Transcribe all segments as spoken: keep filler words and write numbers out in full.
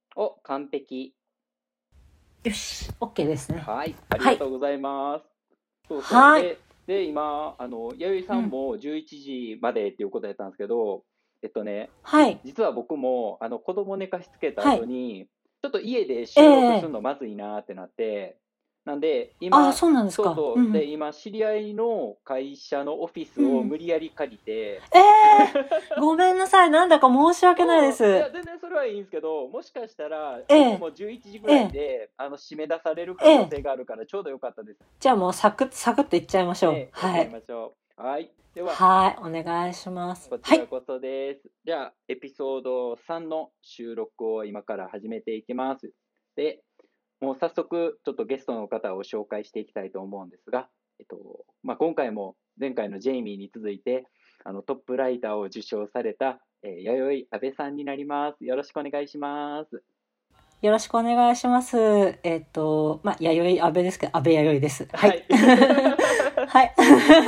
お、完璧。 よし、OK ですね。 はい、ありがとうございます。そうそう。 はい。 で、で、今、あの、弥生さんもじゅういちじまでっていうことやったんですけど、えっとね、じ、 はい。 実は僕も、あの、子供寝かしつけたはい。 後に、ちょっと家でえ収録するえのまずいなってなって、なんで、 ああ、 今、 そうなんですか。うそうそう、で、 ん今、知り合いの会社のオフィスうん。うん。 を無理やり借りて、 ええごめんなさい。なんだか申し訳ないでうん、いす。 や、全然それはいいんですけど、もしかしたら、 ええ僕もじゅういちじぐらいええで、あの、締め出される可能ええ性があるから、ちょうどよかったです。 じゃあもうサクッ、サクッといっちゃいましょう。 ね、やっちゃいはい。 ましょう。はい。では、 はい。お願いします。 こちはい。 らこそです。じゃあ、エピソードさんの収録を今から始めていきます。で、もう早速、ちょっとゲストの方を紹介していきたいと思うんですが、えっと、まあ、今回も前回のジェイミーに続いて、あのトップライターを受賞された、えー、弥生阿部さんになります。よろしくお願いします。 よろしくお願いします。えっと、まあ、弥生安倍ですけど、安倍弥生です。はい。 はい。 はい。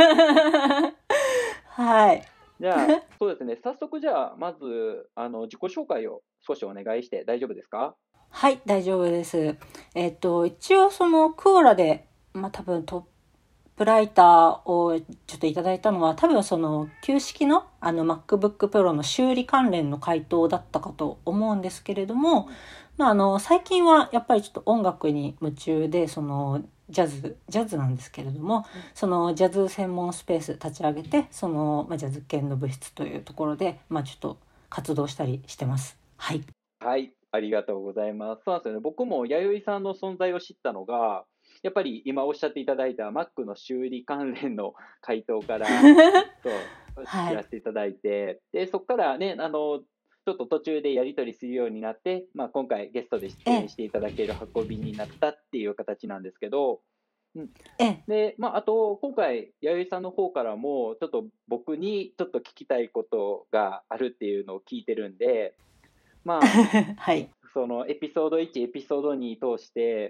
はい。 じゃあ、そうですね。早速じゃあ、まず、あの、自己紹介を少しお願いして大丈夫ですか？ はい、大丈夫です。えっと、一応そのクオラで、まあ多分トップライターをちょっといただいたのは、多分その旧式のあの MacBook Pro の修理関連の回答だったかと思うんですけれども、まああの、最近はやっぱりちょっと音楽に夢中で、その、ジャズ、ジャズなんですけれども、そのジャズ専門スペース立ち上げて、その、まあ、ジャズ系の部室というところで、まあちょっと活動したりしてます。はい。 はい、ありがとうございます。そうなんですよね。僕も弥生さんの存在を知ったのが、やっぱり今おっしゃっていただいた Mac の修理関連の回答からそう知はい。 らせていただいて、でそこからね、あのちょっと途中でやり取りするようになって、まあ、今回ゲストで出演ええ、 していただける運びになったっていう形なんですけど、うん、 ええ、 で、まあ、あと今回弥生さんの方からもちょっと僕にちょっと聞きたいことがあるっていうのを聞いてるんで、まあはい。 そのエピソードいち、エピソードに通して、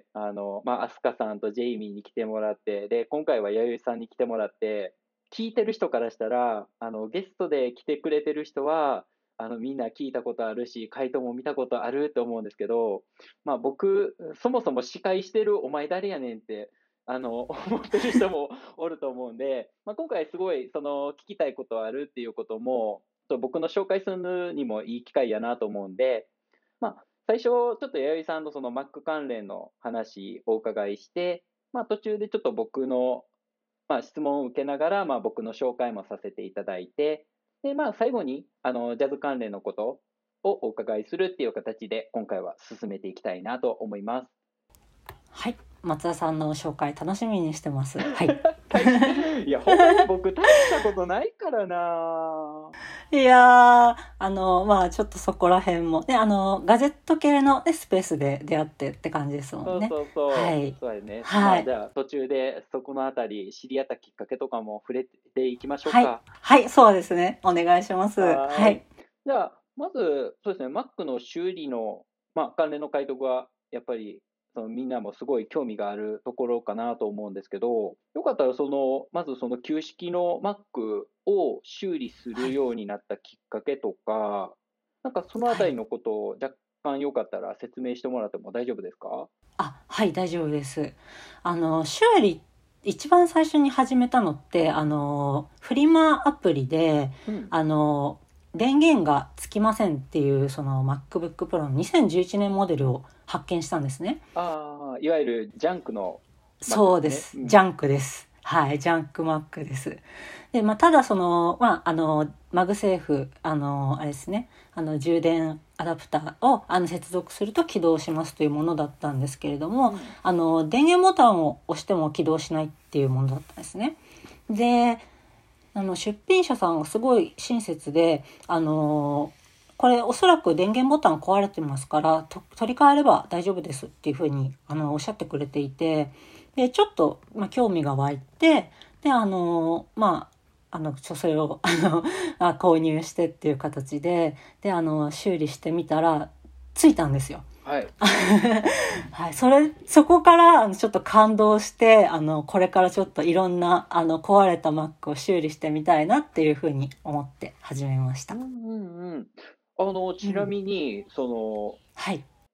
あの、まあ、アスカさんとジェイミーに来てもらって、で、今回は弥生さんに来てもらって、聞いてる人からしたら、あの、ゲストで来てくれてる人は、あの、みんな聞いたことあるし、回答も見たことあると思うんですけど、まあ、僕、そもそも司会してるお前誰やねんって、あの、思ってる人もおると思うんで、まあ、今回すごい、その、聞きたいことあるっていうことも、僕の紹介するにもいい機会やなと思うんで、まあ、最初、ちょっと弥生さんのその Mac 関連の話をお伺いして、まあ、途中でちょっと僕の、まあ、質問を受けながら、まあ、僕の紹介もさせていただいて、で、まあ、最後にあのジャズ関連のことをお伺いするっていう形で、今回は進めていきたいなと思います。 はい。松田さんの紹介楽しみにしてます。はい。 いや、ほんまに僕、大したことないからな。 いやー、あの、まあちょっとそこら辺も、ね、あの、ガジェット系の、ね、スペースで出会ってって感じですもんね。 そうそうそう、 はい。 そうやね。まあ、じはい。 ゃあ、途中でそこのあたり、知り合ったきっかけとかも触れていきましょうはい。 か。 はい、そうですね。お願いします。 はーい。 はい。 じゃあ、まず、そうですね、Mac の修理の、まあ、関連の回答が、やっぱり、そのみんなもすごい興味があるところかなと思うんですけど、よかったら、その、まずその旧式の Mac を修理すはい。 るようになったきっかけとか、なんかそのあはい。 たりのことを若干よかったら説明してもらっても大丈夫ですか？ あ、はい、大丈夫です。あの、修理、一番最初に始めたのって、あの、フリマアプリで、 うん。 あの、電源がつきませんっていう、その MacBook Pro のにせんじゅういちねんモデルを発見したんですね。 ああ、いわゆるジャンクの Mac ですね。 そうです。 うん。 ジャンクです。はい、ジャンク Mac です。で、まあ、ただその、まあ、あの、マグセーフ、あの、あれですね、あの、充電アダプターをあの接続すると起動しますというものだったんですけれども、 うん。 あの、電源ボタンを押しても起動しないっていうものだったんですね。で、あの、出品者さんがすごい親切で、あの、これおそらく電源ボタン壊れてますからと取り替えれば大丈夫ですっていうふうにあのおっしゃってくれていて、でちょっと、まあ、興味が湧いて、であのまああのそれをあのあ購入してっていう形で、であの修理してみたらついたんですよ。 はい。 はい、それそこからあのちょっと感動して、あのこれからちょっといろんなあの壊れた Mac を修理してみたいなっていうふうに思って始めました。 うんうんうん。あの、ちなうん、 みに、その、 はい。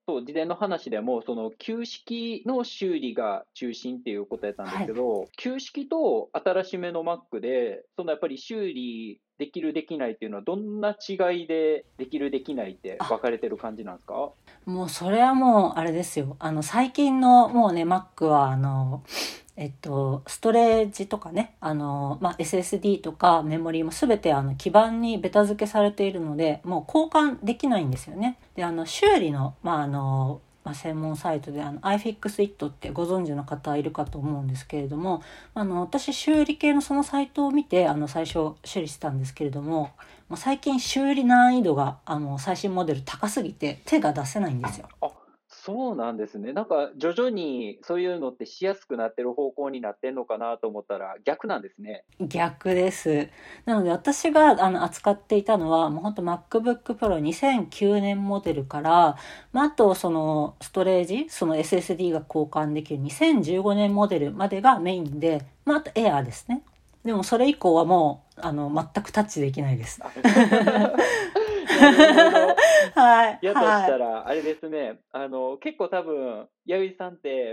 そう、事前の話でも、その旧式の修理が中心っていうことやったんですけど、旧式と新しめの Mac で、そのやっぱり修理できるできないっていうのは、どんな違いでできるできないって分かれてる感じなんですか？ もうそれはもうあれですよ。あの最近のもうね Mac はあのえっとストレージとかね、あのまあ エスエスディー とかメモリーもすべてあの基板にベタ付けされているので、もう交換できないんですよね。で、あの修理のまああのまあ、専門サイトであの iFixit ってご存知の方いるかと思うんですけれども、あの私修理系のそのサイトを見てあの最初修理してたんですけれども、もう最近修理難易度があの最新モデル高すぎて手が出せないんですよ。 あ、そうなんですね。なんか徐々にそういうのってしやすくなってる方向になってんのかなと思ったら逆なんですね。 逆です。なので私があの扱っていたのはもうほんと MacBook Pro にせんきゅうねんモデルから、まあ、あとそのストレージ、その エスエスディー が交換できるにせんじゅうごねんモデルまでがメインで、まあ、あと Air ですね。でもそれ以降はもうあの全くタッチできないです。 なるほど。 はい。 やとしはい。 たら、あれですね、あの、結構多分、弥生さんって、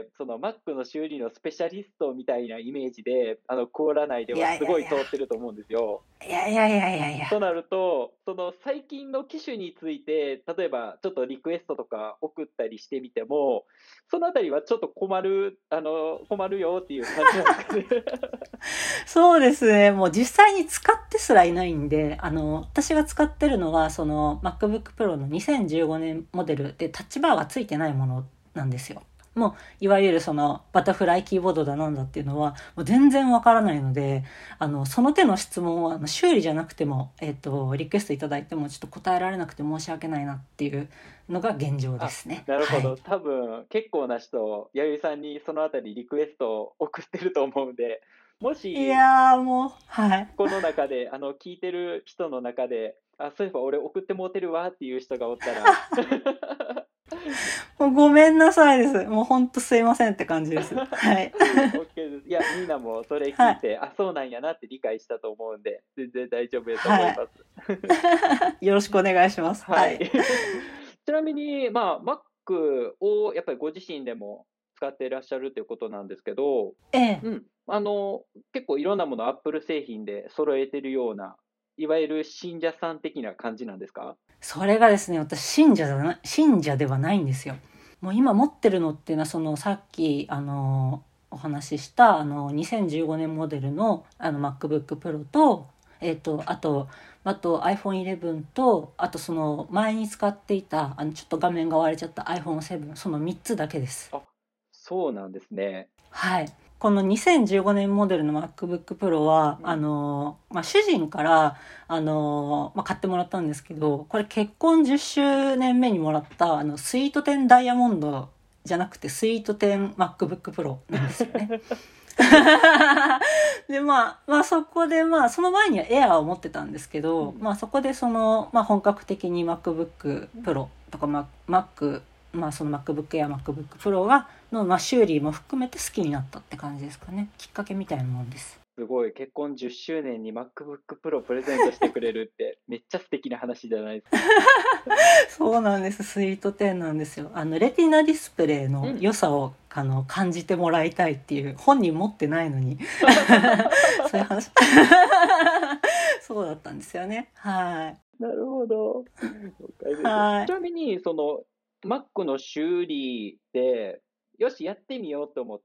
その Mac の修理のスペシャリストみたいなイメージで、あの、コーラ内でいはすごいやいやいや。 通ってると思うんですよ。 いやいやいやいやいや。 となると、その最近の機種について、例えばちょっとリクエストとか送ったりしてみても、そのあたりはちょっと困る、あの、困るよっていう感じなんですかね。 そうですね。もう実際に使ってすらいないんで、あの、私が使ってるのは、その MacBook Pro のにせんじゅうごねんモデルでタッチバーがついてないものなんですよ。もう、いわゆるそのバタフライキーボードだなんだっていうのは、もう全然わからないので、あの、その手の質問は、あの修理じゃなくても、えっと、リクエストいただいてもちょっと答えられなくて申し訳ないなっていうのが現状であ、 すね。はい。 なるほど。多分、結構な人、弥生さんにそのあたりリクエストを送ってると思うんで、もいし、 やーもう、はい。 この中で、あの、聞いてる人の中で、あ、そういえば俺送ってもうてるわっていう人がおったら、 もうごめんなさいです。もうほんとすいませんって感じです。はい。 OK です。いや、みんなもそれ聞はい。 いて、あ、そうなんやなって理解したと思うんで、全然大丈夫だと思はい。 います。 よろしくお願いします。 はい。 はい。 ちなみに、まあ、Mac をやっぱりご自身でも使っていらっしゃるということなんですけど、 ええ。 うん、あの、結構いろんなもの、Apple 製品で揃えてるような、いわゆる信者さん的な感じなんですか？ それがですね、私信者じゃな、信者ではないんですよ。もう今持ってるのっていうのは、そのさっき、あの、お話しした、あの、にせんじゅうごねんモデルの、あの、MacBook Pro と、えっと、あと、あと アイフォンイレブン と、あとその前に使っていた、あの、ちょっと画面が割れちゃった アイフォンセブン、そのみっつだけです。 あ、そうなんですね。 はい。このにせんじゅうごねんモデルの MacBook Pro は、あうん。 の、まあ、主人から、あの、まあ、買ってもらったんですけど、これ結婚じゅっしゅうねんめにもらった、あの、スイートテンダイヤモンドじゃなくて、スイートテン MacBook Pro なんですよね。で、まあ、まあそこで、まあその前には Air を持ってたんですけど、 うん。 まあそこでその、まあ本格的に MacBook Pro とか Mac、Mac、まあその MacBook Air、MacBook Pro が、の、まあ修理も含めて好きになったって感じですかね。きっかけみたいなもんです。 すごい、結婚じゅっしゅうねんに MacBook Pro プレゼントしてくれるって、めっちゃ素敵な話じゃないですか。 そうなんです。スイートテンなんですよ。あの、レティナディスプレイのうん。 良さを、あの、感じてもらいたいっていう、本人持ってないのに、そういう話。そうだったんですよね。はい。 なるほど。了解です。 はい。 ちなみに、その、Mac の修理で、よし、やってみようと思って、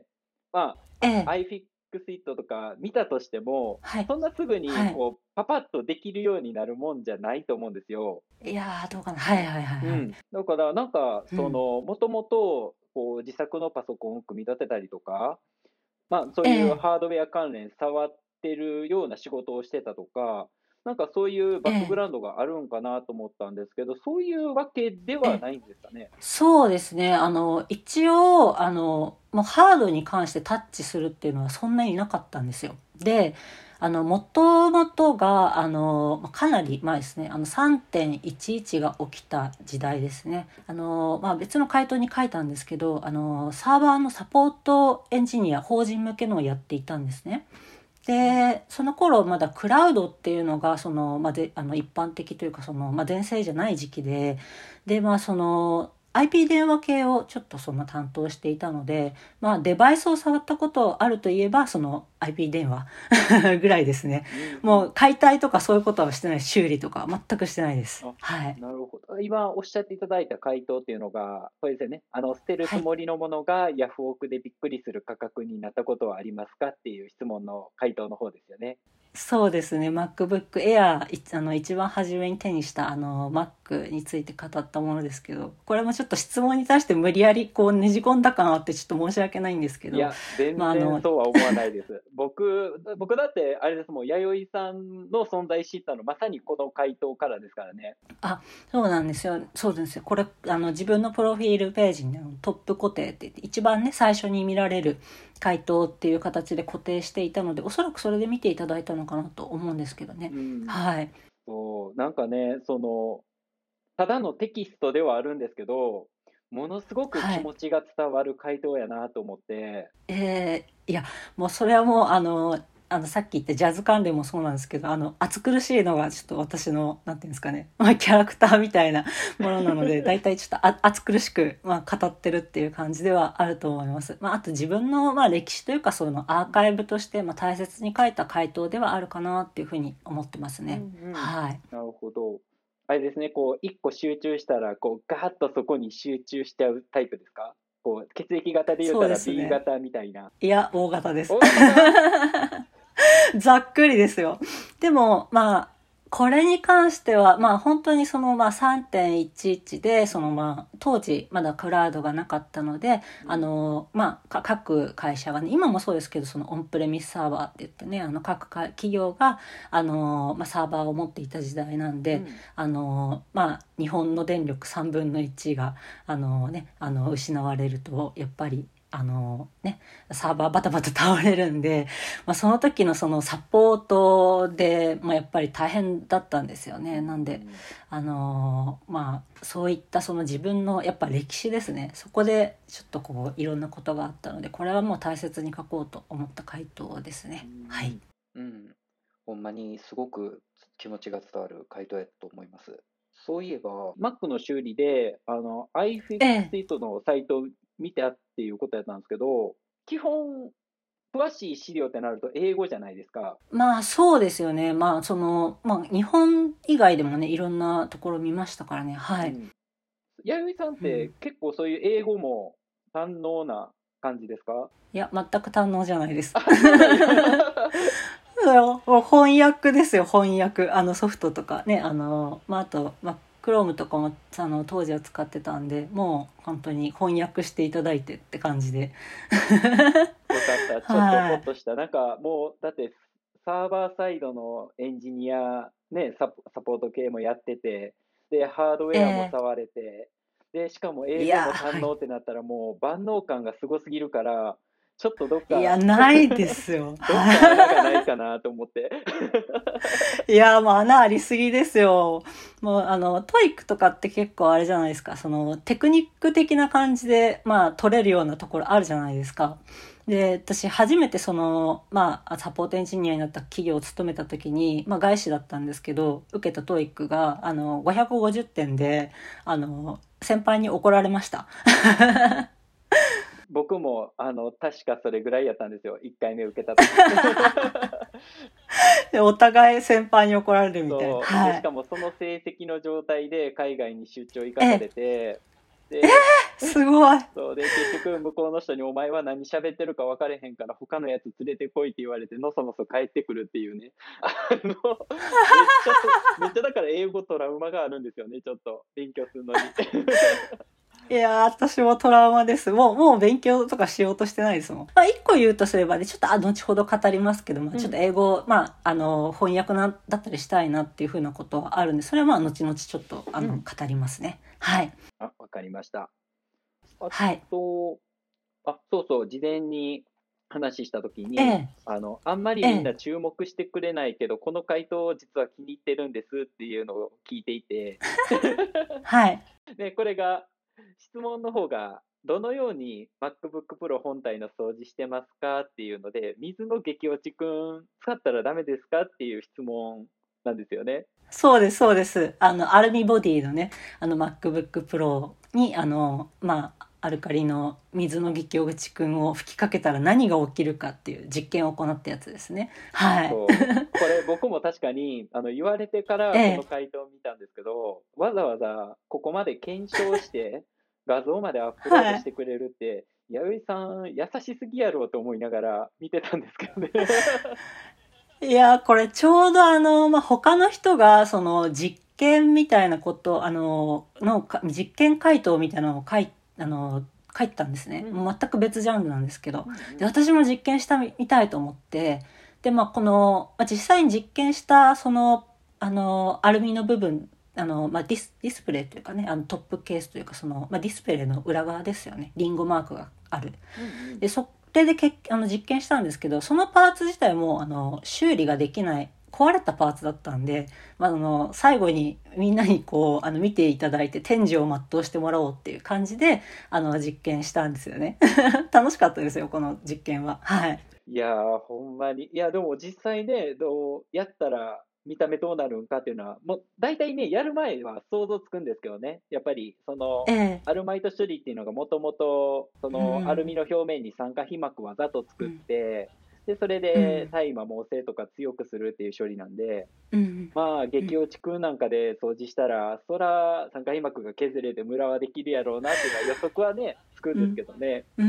まあ、 ええ。 iFixit とか見たとしても、 はい。 そんなすぐに、 はい。 こう、パパッとできるようになるもんじゃないと思うんですよ。 いやー、どうかな。はいはいはいはい。 うん。だから、なんか、 うん。 その、もともと、こう、自作のパソコンを組み立てたりとか、まあ、そういうええ。 ハードウェア関連触ってるような仕事をしてたとか、なんかそういうバックグええ。 ラウンドがあるんかなと思ったんですけど、そういうわけでええ。 はないんですかね？ そうですね。あの、一応、あの、もうハードに関してタッチするっていうのはそんなになかったんですよ。で、あの、もともとが、あの、まあかなり前ですね。あの、さんてんいちいちが起きた時代ですね。あの、まあ、別の回答に書いたんですけど、あの、サーバーのサポートエンジニア、法人向けのをやっていたんですね。 うん。 で、その頃まだクラウドっていうのが、その、まあ、で、あの、一般的というか、その、まあ、全盛じゃない時期で、で、まあ、その、 アイピー 電話系をちょっとその担当していたので、まあデバイスを触ったことあるといえば、その アイピー 電話ぐらいですね。 うんうん。 もう解体とかそういうことはしてない。修理とか全くしてないです。 あ、 はい。 なるほど。今おっしゃっていただいた回答っていうのが、これですよね。あの、捨てるはい。 つもりのものがヤフオクでびっくりする価格になったことはありますかっていう質問の回答の方ですよね。 そうですね。MacBook Air、いあの、一番初めに手にしたあの Mac について語ったものですけど、これもちょっと質問に対して無理やりこうねじ込んだ感あってちょっと申し訳ないんですけど、 いや、全まああの、 然そうは思わないです。僕、僕だってあれですもん、弥生さんの存在知ったのまさにこの回答からですからね。 あ、そうなんですよ。そうですよ。これ、あの、自分のプロフィールページに、あのトップ固定って言って、一番ね、最初に見られる回答っていう形で固定していたので、おそらくそれで見ていただいたのかなと思うんですけどね。 うん。 はい。 そう、なんかね、その、ただのテキストではあるんですけど、ものすごくはい。 気持ちが伝わる回答やなと思って、 えーいや、もうそれはもう、あの、あの、さっき言ったジャズ関連もそうなんですけど、あの、暑苦しいのがちょっと私の、なんていうんですかね、まあ、キャラクターみたいなものなので、大体ちょっとあ暑苦しく、まあ、語ってるっていう感じではあると思います。まあ、あと自分の、まあ、歴史というか、そのアーカイブとして、まあ、大切に書いた回答ではあるかなっていうふうに思ってますうんね。 うん。 はい。 なるほど。あれですね、こう、一個集中したら、こう、ガーッとそこに集中しちゃうタイプですか？こう、血液型で言うそうたらです B ね。 型みたいな。 いや、大型です。 大型か？ ざっくりですよ。でも、まあ、これに関しては、まあ本当にそのまあさんてんいちいちで、そのまあ当時まだクラウドがなかったので、あうん。 の、まあか各会社がね、今もそうですけど、そのオンプレミスサーバーって言ってね、あの各か企業が、あの、まあサーバーを持っていた時代なんで、 うん。 あの、まあ日本の電力さんぶんのいちが、あのね、あの失われると、やっぱり、あのね、サーバーバタバタ倒れるんで、まあ、その時のそのサポートで、まあ、やっぱり大変だったんですようね。なんで、 ん。 あのーまあ、そういったその自分のやっぱ歴史ですね。そこでちょっとこういろんなことがあったので、これはもう大切に書こうと思った回答ですうね。はい。 ん。うん。ほんまにすごく気持ちが伝わる回答やと思います。そういえば、Mac の修理で、あの、 ええ。 iFixit のサイトを見たっていうことやったんですけど、基本、詳しい資料ってなると英語じゃないですか。 まあそうですよね。まあその、まあ日本以外でもね、いろんなところ見ましたからね。はい。 うん。弥生さんっうん。 て結構そういう英語も堪能な感じですか？ いや、全く堪能じゃないです。 あ、そうなんや。 そうもう翻訳ですよ、翻訳。あのソフトとかね、あの、まあ、あと、まあ、Chrome とかも、あの、当時は使ってたんで、もう本当に翻訳していただいてって感じで。 よかった。ちょっとほはい。 っとした。なんかもう、だってサーバーサイドのエンジニア、ね、サポ、サポート系もやってて、で、ハードウェアもえ触れて、で、しかも英語ーいや、 も堪はい。 能ってなったらもう万能感がすごすぎるから、ちょっとどっいや、 かないですよ。 どっか穴がないかなと思って。 いや、もう穴ありすぎですよ。もう、あの、トイックとかって結構あれじゃないですか。その、テクニック的な感じで、まあ、取れるようなところあるじゃないですか。で、私、初めてその、まあ、サポートエンジニアになった企業を勤めた時に、まあ、外資だったんですけど、受けたトイックが、あの、ごひゃくごじゅってんで、あの、先輩に怒られました。 僕も、あの、確かそれぐらいやったんですよ。いっかいめ受けた時。 で、お互い先輩に怒られるみたいな。 そう。で、 はい。 しかもその成績の状態で海外に出張行かされええ、 て、で、 すごい。 そうで、結局向こうの人にお前は何喋ってるか分かれへんから他のやつ連れてこいって言われてのそのそ帰ってくるっていうね。あの、めっちゃと、めっちゃだから英語トラウマがあるんですよね、ちょっと勉強するのに。 いやー、私もトラウマです。もう、もう勉強とかしようとしてないですもん。まあ、一個言うとすればね、ちょっと、あ、後ほど語りますけど、まあ、ちょっとうん。 英語、まあ、あの、翻訳な、だったりしたいなっていうふうなことはあるんで、それはまあ、後々ちょっと、あの、 うん。 語りますね。はい。 あ、わかりました。あはい。 と、あ、そうそう、事前に話したときに、 ええ、 あの、あんまりええ、 みんな注目してくれないけど、この回答実は気に入ってるんですっていうのを聞いていて、 はい。 で、これが、質問の方が、どのように MacBook Pro 本体の掃除してますかっていうので、水の激落ちくん使ったらダメですかっていう質問なんですよね。 そうです、そうです。あの、アルミボディのね、あの MacBook Pro に、あの、まあ、アルカリの水の激お口くんを吹きかけたら何が起きるかっていう実験を行ったやつですね。はい。 そう。これ僕も確かにあの言われてからこのええ、 回答を見たんですけど、わざわざここまで検証して画像までアップロードはい。 してくれるって、弥生さん優しすぎやろうと思いながら見てたんですけどね。 いや、これちょうどあの、まあ、他の人が、その、実験みたいなこと、あの、のか、実験回答みたいなのを書い、あの、書いてたんですね。 うん、 もう全く別ジャンルなんですけど。 うん、うで、 ん、 私も実験したみ、みたいと思って、で、まあ、この、まあ、実際に実験した、その、あの、アルミの部分、あの、まあ、ディス、ディスプレイというかね、あの、トップケースというか、その、まあ、ディスプレイの裏側ですよね。リンゴマークがある。 うん、うん。 で、それでけあの実験したんですけど、そのパーツ自体もあの修理ができない、壊れたパーツだったんで、まあ、あの最後にみんなにこうあの見ていただいて天寿を全うしてもらおうっていう感じであの実験したんですよね。楽しかったですよ、この実験は。はい。 いやー、ほんまに。いや、でも実際ね、どうやったら見た目どうなるんかっていうのは、もう大体ね、やる前は想像つくんですけどね。やっぱり、その、 ええ。 アルマイト処理っていうのがもともと、そうのアルミん。 の表面に酸化皮膜わざと作っうん。 て、で、それでうん。 大麻猛省とか強くするっていう処理なんで、 うん。 まあ、 うん。 激落ちくんなんかで掃除したら、そら酸化皮膜が削れてムラはできるやろうなっていうのは予測はね、つくんですうん。 けどね。 うん。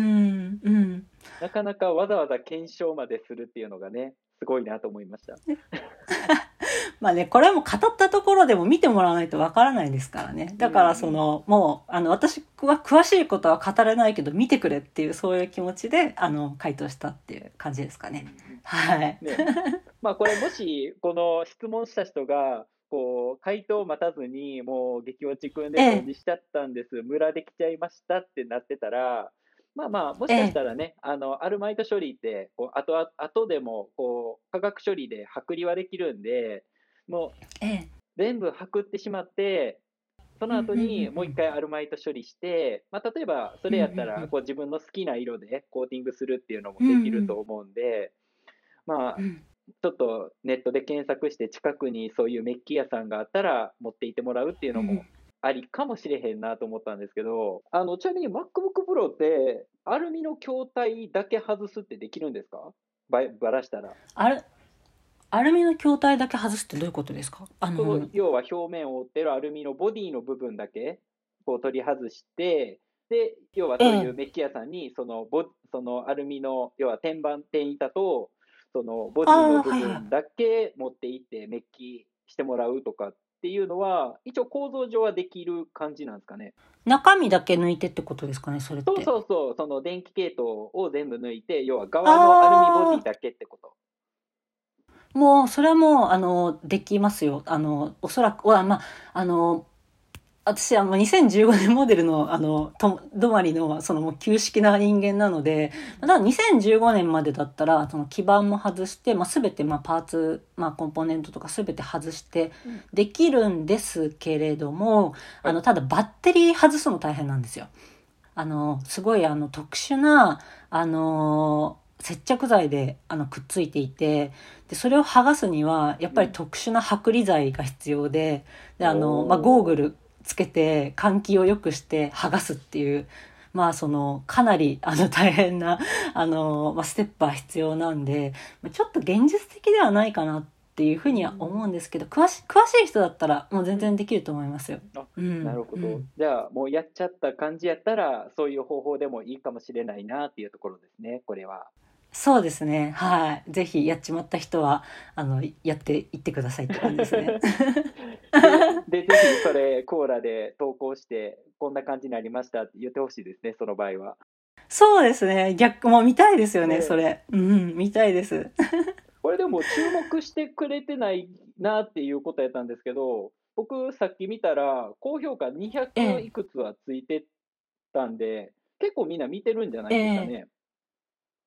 うん。 なかなかわざわざ検証までするっていうのがね、すごいなと思いました。 まあね、これはもう語ったところでも見てもらわないとわからないですからね。 うん、 だからうん。 その、もう、あの、私は詳しいことは語れないけど、見てくれっていう、そういう気持ちで、あの、回答したっていう感じですかね。 うん、うん。 はい。 ね。まあこれもし、この質問した人が、こう、回答を待たずに、もう激落ちくんでええ、 掃除しちゃったんです、ムラできちゃいましたってなってたら、まあまあ、もしかしええ、 たらね、あの、アルマイト処理って、こう、後々後でも、こう、化学処理で剥離はできるんで、もうええ。 全部剥ってしまって、そのうん、うん、 後にもううん、 一回アルマイト処理して、まあ、例えばそうん。うん、 れやったらうん、 こう自分の好きな色でコーティングするっていうのもうん。 できるとうん、 思うんで、まあ、 うん。 ちょっとネットで検索して近くにそういうメッキ屋さんがあったら持っていてもらうっていううん。 のもありかもしれへんなと思ったんですけど、あのちなみに MacBook Pro ってアルミの筐体だけ外すってできるんですか？ばばらしたら。 あれ、アルミの筐体だけ外すってどういうことですか？あそのの、 要は表面を覆ってるアルミのボディの部分だけこう取り外して、で、要はええ。 そういうメッキ屋さんにそのボそのアルミの要は天板、天板とそのボディのああ、 部はいはい。 分だけ持って行ってメッキしてもらうとかっていうのは、一応構造上はできる感じなんですかね。 中身だけ抜いてってことですかね、それっそうて。 そうそう、その電気系統を全部抜いて、要は側のアルミボデああ。 ィだけってこと。 もう、それはもう、あの、できますよ。あの、おそらく、は、まあ、あの、私はもうにせんじゅうごねんモデルの、あの、と、止まりの、そのもう旧式な人間なので、だからにせんじゅうごねんまでだったら、その基板も外して、まあ、すべて、まあ、パーツ、まあ、コンポーネントとかすべて外してうん、 できるんですけれども、 はい。 あの、ただバッテリー外すの大変なんですよ。あの、すごいあの特殊な、あの、接着剤であのくっついていて、で、それを剥がすには、やっうん。 ぱり特殊な剥離剤が必要で、で、あの、まあ、ゴーグおー。 ルつけて換気を良くして剥がすっていう、まあ、その、かなり、あの、大変な、あの、まあ、ステップは必要なんで、まあちょっと現実的ではないかなっていうふううには思ん。 うんですけど、詳し、詳しい人だったら、もう全うん。 然できると思いますよ。 あ、 うん、 なるほど。 うん。 じゃあ、もうやっちゃった感じやったら、そういう方法でもいいかもしれないなっていうところですね、これは。 そうですね。はい。ぜひやっちまった人は、あの、やっていってくださいって感じですね。 で、で、ぜひそれ、コーラで投稿して、こんな感じになりましたって言ってほしいですね、その場合は。 そうですね。逆も見たいですよね、そねえ。 れ。うん、見たいです。 これでも注目してくれてないなっていうことやったんですけど、僕さっき見たら、高評価にひゃくええ、 いくつはついてたんで、結構みんな見てるんじゃないええ。 ですかね。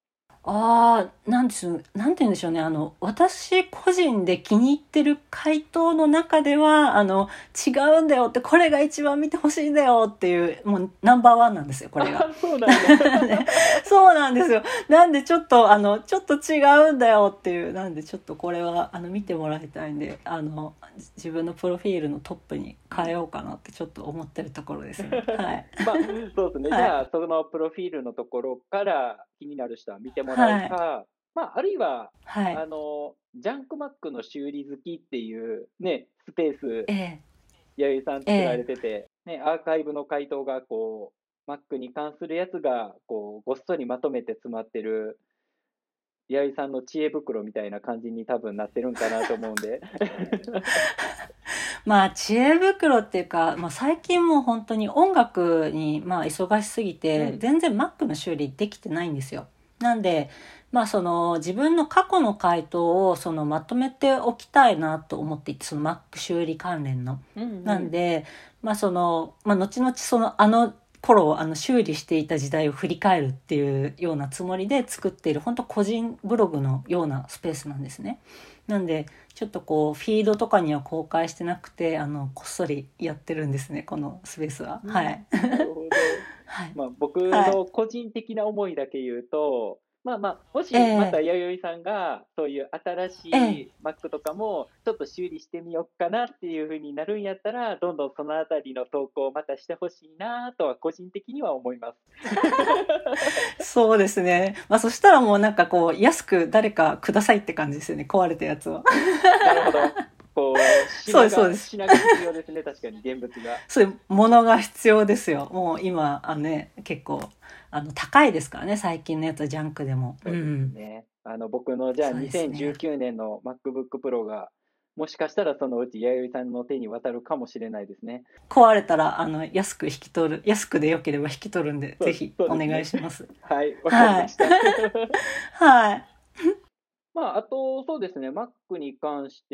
ああ、なんです、なんて言うんでしょうね。あの、私個人で気に入ってる回答の中では、あの、違うんだよって、これが一番見てほしいんだよっていう、もうナンバーワンなんですよ、これが。 あ、そうなんだ。 ね、そうなんですよ。なんでちょっと、あの、ちょっと違うんだよっていう、なんでちょっとこれは、あの、見てもらいたいんで、あの、自分のプロフィールのトップに変えようかなってちょっと思ってるところですね。はい。 まあ、そうですね。じはい。 ゃあ、そのプロフィールのところから気になる人は見てもらうはい。 か、まあ、あるいは、 はい。 あの、ジャンクマックの修理好きっていうね、スペース、 ええ、 弥生さん作られええ。 てて、ね、アーカイブの回答がこう、Mac に関するやつが、こう、ごっそりまとめて詰まってる、弥生さんの知恵袋みたいな感じに多分なってるんかなと思うんで。 まあ、知恵袋っていうか、まあ、最近もう本当に音楽に、まあ、忙しすぎて、 うん。 全然 Mac の修理できてないんですよ。なんで、まあ、その、自分の過去の回答を、その、まとめておきたいなと思っていて、その Mac 修理関連の。 うんうん。 なんで、まあ、その、まあ、後々その、あの、頃、あの、修理していた時代を振り返るっていうようなつもりで作っている、本当個人ブログのようなスペースなんですね。なんで、ちょっとこう、フィードとかには公開してなくて、あの、こっそりやってるんですね、このスペースは。 うん、 はい。 なるほど。 はい。 まあ、僕はい。 の個人的な思いだけ言うと、まあまあ、もえしまたえ、 弥生さんがそういう新しええ。 い Mac とかもちょっと修理してみようかなっていう風になるんやったら、どんどんそのあたりの投稿をまたしてほしいなとは個人的には思います。 そうですね。まあそしたらもうなんかこう、安く誰かくださいって感じですよね、壊れたやつは。 なるほど。こう、 そうです、そう品が、 です。 品が必要ですね、確かに現物が。 そういうものが必要ですよ。もう今、あのね、結構、あの、高いですからね、最近のやつはジャンクでも。うそうですん。 ね。あの、僕のじゃあそうです 2019 ね。 年の MacBook Pro が、もしかしたらそのうち弥生さんの手に渡るかもしれないですね。 壊れたら、あの、安く引き取る、安くでよければ引き取るんで、 そう、 ぜひお願いそうですね。 します。 はい、わかりはい。 ました。 はい。 まあ、あと、そうですね、Mac に関して、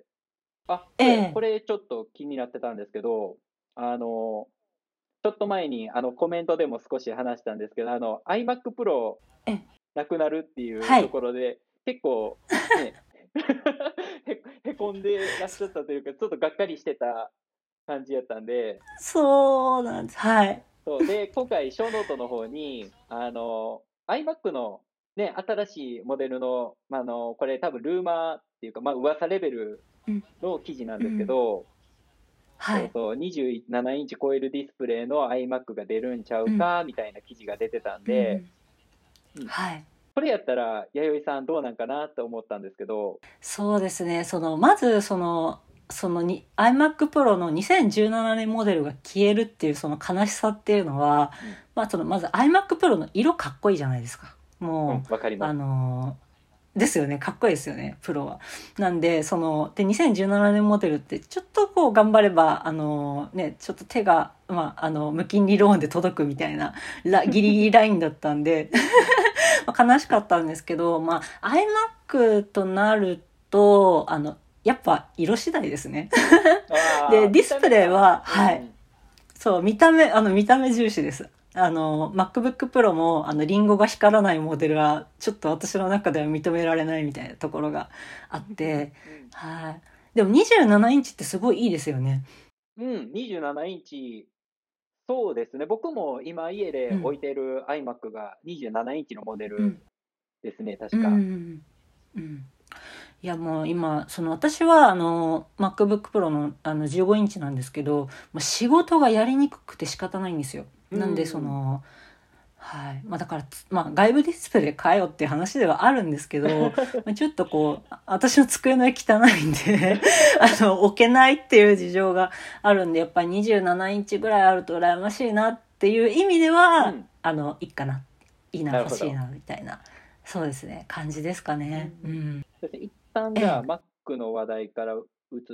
あ、そうや、こええ、 れちょっと気になってたんですけど、あの、ちょっと前にあのコメントでも少し話したんですけど、あの iMac Pro ええ、 なくなるっていうはい。 ところで、結構ね、へへこんでらっしゃったというか、ちょっとがっかりしてた感じやったんで、 そうなんです。はい。 そうで、今回、ショーノートの方に、あの、iMac のね、新しいモデルの、まあ、あの、これ多分ルーマーっていうか、まあ、噂レベルうん、 の記事なんですけうん。 ど、 はい。 そうそう、にじゅうななインチ超えるディスプレイの iMac が出るんちゃうん、 うか、みたいな記事が出てたんうん、うで、 ん。 うん、 はい。 これやったら、弥生さんどうなんかなと思ったんですけど、 そうですね。その、まず、その、そのに iMac Pro のにせんじゅうななねんモデルが消えるっていうその悲しさっていうのは、 うん、 まあそのまず iMac Pro の色かっこいいじゃないですか。もうん、わかりう、あます。 のですよね。かっこいいですよね、プロは。なんで、その、で、にせんじゅうななねんモデルって、ちょっとこう頑張れば、あの、ね、ちょっと手が、まあ、あの、無金利ローンで届くみたいな、ラギリギリラインだったんで、まあ悲しかったんですけど、まあ、iMac となると、あの、やっぱ色次第ですね。で、 ああ、見たディスプ目か。 レイは、はい。 うん。 そう、見た目、あの、見た目重視です。あの、MacBook Pro も、あの、リンゴが光らないモデルは、ちょっと私の中では認められないみたいなところがあって、 うん、 はい。でもにじゅうななインチってすごいいいですよね。 うん、にじゅうななインチ、そうですね。僕も今家で置うん。 いてる iMac がにじゅうななインチのモデルうん。 ですね、確うか。 ん。うん。いやもう今、その私はあの MacBook Pro のあのじゅうごインチなんですけど、もう仕事がやりにくくて仕方ないんですよ。 うなんでそん。 の、はい。まあだから、まあ外部ディスプレイ変えようっていう話ではあるんですけど、まあ、ちょっとこう、あ私の机の上汚いんであの、置けないっていう事情があるんで、やっぱりにじゅうななインチぐらいあると羨ましいなっていう意味では、 うん。 あの、いいかな。いいな、 なるほど。 欲しいな、みたいな。そうですね。感じですかね。ううん。 ん。 そして一旦じゃあええ。 Mac の話題から移って、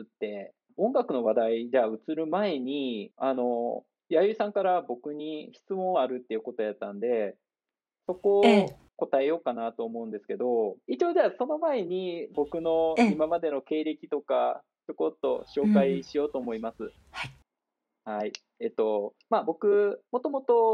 音楽の話題じゃあ移る前に、あの、弥生さんから僕に質問あるっていうことやったんで、そこをええ。 答えようかなと思うんですけど、一応じゃあその前に僕のええ。 今までの経歴とかちょこっと紹介うん。 しようと思います。 はい。 はい。えっと、まあ僕、もともと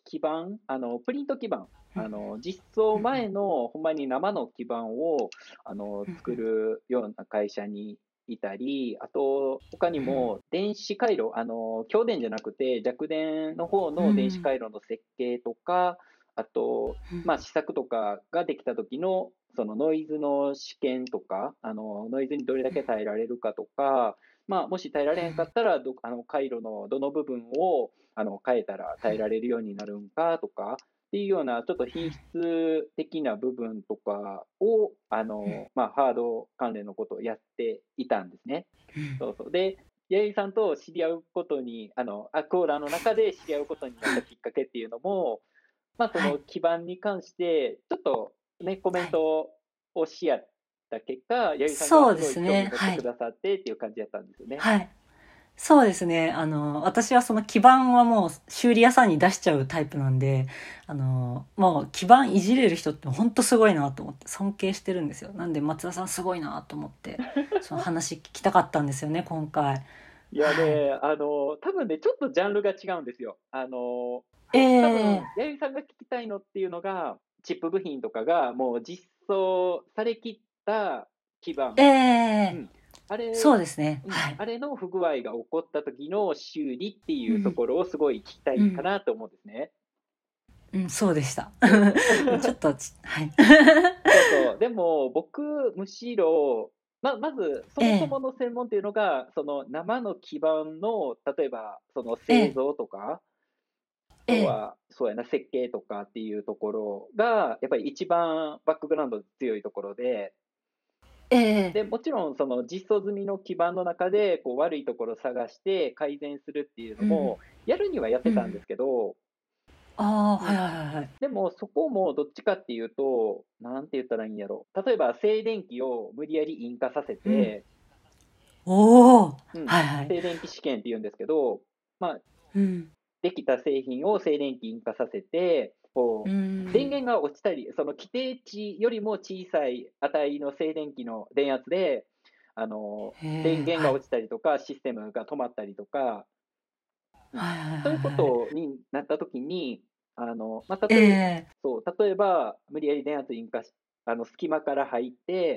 基板、あのプリント基板、あの実装前のほんまに生の基板をあの作るような会社にいたり、あと他にも電子回路、あの強電じゃなくて弱電の方の電子回路の設計とか、あと、まあ、試作とかができた時のそのノイズの試験とか、あのノイズにどれだけ耐えられるかとか、まあ、もし耐えられへんかったらどあの回路のどの部分をあの変えたら耐えられるようになるんかとかっていうようなちょっと品質的な部分とかをあの、まあ、ハード関連のことをやっていたんですね。そうそうで弥生さんと知り合うことにあのアクオラの中で知り合うことになったきっかけっていうのも、まあ、その基盤に関してちょっと、ね、コメントをし合った結果、弥生さんがすごい興味持ってくださってっていう感じだったんですよね。 はい、そうですね。あの、私はその基板はもう修理屋さんに出しちゃうタイプなんで、あの、もう基板いじれる人って本当すごいなと思って尊敬してるんですよ。なんで松田さんすごいなと思って、その話聞きたかったんですよね、今回。 いやね、あの、多分ね、ちょっとジャンルが違うんですよ。あの、 ええ多分、弥生さんが聞きたいのっていうのが、チップ部品とかがもう実装されきった基板。 ええうんあれそうですね。 うんはい。 あれの不具合が起こった時の修理っていうところをすごい聞きたいかなと思うんですね。 うん、そうでした。ちょっとち、はい。 そうそう。でも僕、むしろ、ままず、そもそもの専門っていうのが、その生の基板の、例えば、その製造とか、あとは、そうやな、設計とかっていうところが、やっぱり一番バックグラウンド強いところで、 ええでもちろんその実装済みの基盤の中でこう悪いところを探して改善するっていうのもやるにはやってたんですけど、 ああ、 うん、 はいはいはいはい。 でもそこもどっちかっていうと、なんて言ったらいいんやろ。例えば静電気を無理やり引火させて、 おお、 うん、 はいはい。 静電気試験って言うんですけど、まあ、 うん。 できた製品を静電気引火させて、こうう、 ん。 電源が落ちたり、その規定値よりも小さい値の静電気の電圧で、あの電へえ、 源がはい。 落ちたりとか、システムが止まったりとか、うん、 はいはいそういうこはいはい。 とになったときに、あのまあ、 え例ええ、 そう例えば、無理やり電圧引火し、あの隙間から入って、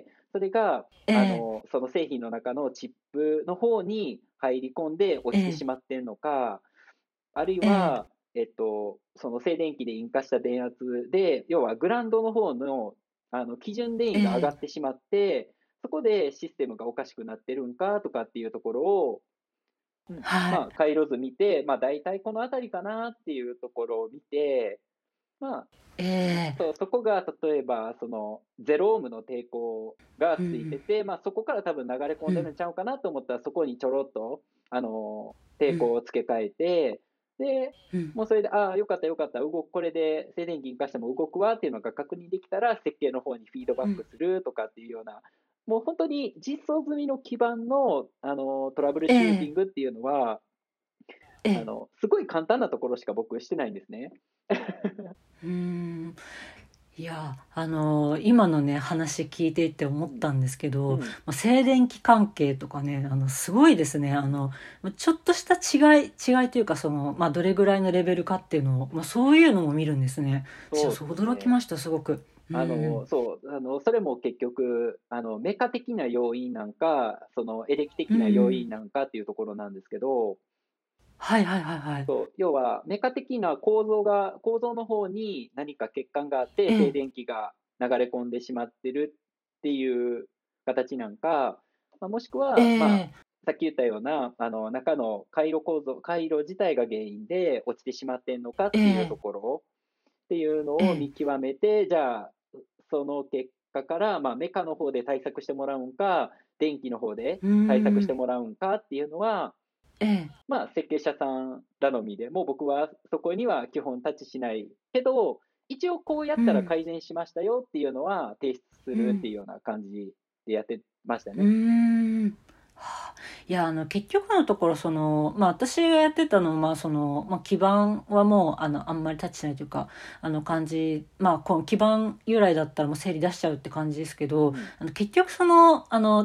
それがええ、 あのその製品の中のチップの方に入り込んで落ちてええ、 しまっているのか、あるいええ、 は、えっと、その静電気で引火した電圧で、要はグラウンドの方のあの基準電位が上がええ、 ってしまって、そこでシステムがおかしくなってるんかとかっていうところを、うん、 はい。 まあ、回路図見て、まあ、大体この辺りかなっていうところを見て、まあ、 ええ、 そうそこが例えばそのゼロオームの抵抗がうん、 ついてて、まあ、そこから多分流れ込んでうん、 るんちゃうかなと思ったら、そこにちょろっとあの抵うん、 抗を付け替えて、でうん、 もうそれで、ああ、よかったよかった、動く、これで静電気に化しても動くわっていうのが確認できたら、設計の方にフィードバッうん、 クするとかっていうような、もう本当に実装済みの基盤のあのトラブルシューティええ、 ングっていうのは、 ええ、 あのすごい簡単なところしか僕してないんですね。 うーん。いや、あの今のね、話聞いていて思うんったんですけど、 うんまあ静電気関係とかね、あの、すごいですね。あの、まあちょっとした違い、違いというか、その、まあ、どれぐらいのレベルかっていうのを、まあ、そういうのも見るんですね。私はそうそうですね。 驚きました、すごく。うんあうん。 のそうあのそれも結局あの、メカ的な要因なんか、そのエレキうん的な要因うん。 なんかっていうところなんですけど、 はいはいはいはい。 そう要はメカ的な構造が、構造の方に何か欠陥があって、静ええ、 電気が流れ込んでしまってるっていう形なんか、まあ、もしくえは、まあ、 え、 さっき言ったようなあの中の回路構造、回路自体が原因で落ちてしまってんのかっていうとええ、 ころっていうのええ、 を見極めて、じゃあ、その結果から、まあ、メカの方で対策してもらうんか、電気の方でうー対策してん、 もらうんかっていうのは、 ええ、 まあ、設計者さん頼みでもう僕はそこには基本タッチしないけど、一応こうやったらうん、 改善しましたよっていうのは提出すうん。 るっていうような感じでやってましたうーね。 ん。はあいや、あの、結局のところ、その、まあ、私がやってたのは、まあ、その、まあ、基盤はもう、あの、あんまりタッチしないというか、あの、感じ、まあ、この基盤由来だったらもう整理出しちゃうって感じですけど、 うん。 あの、結局その、あの、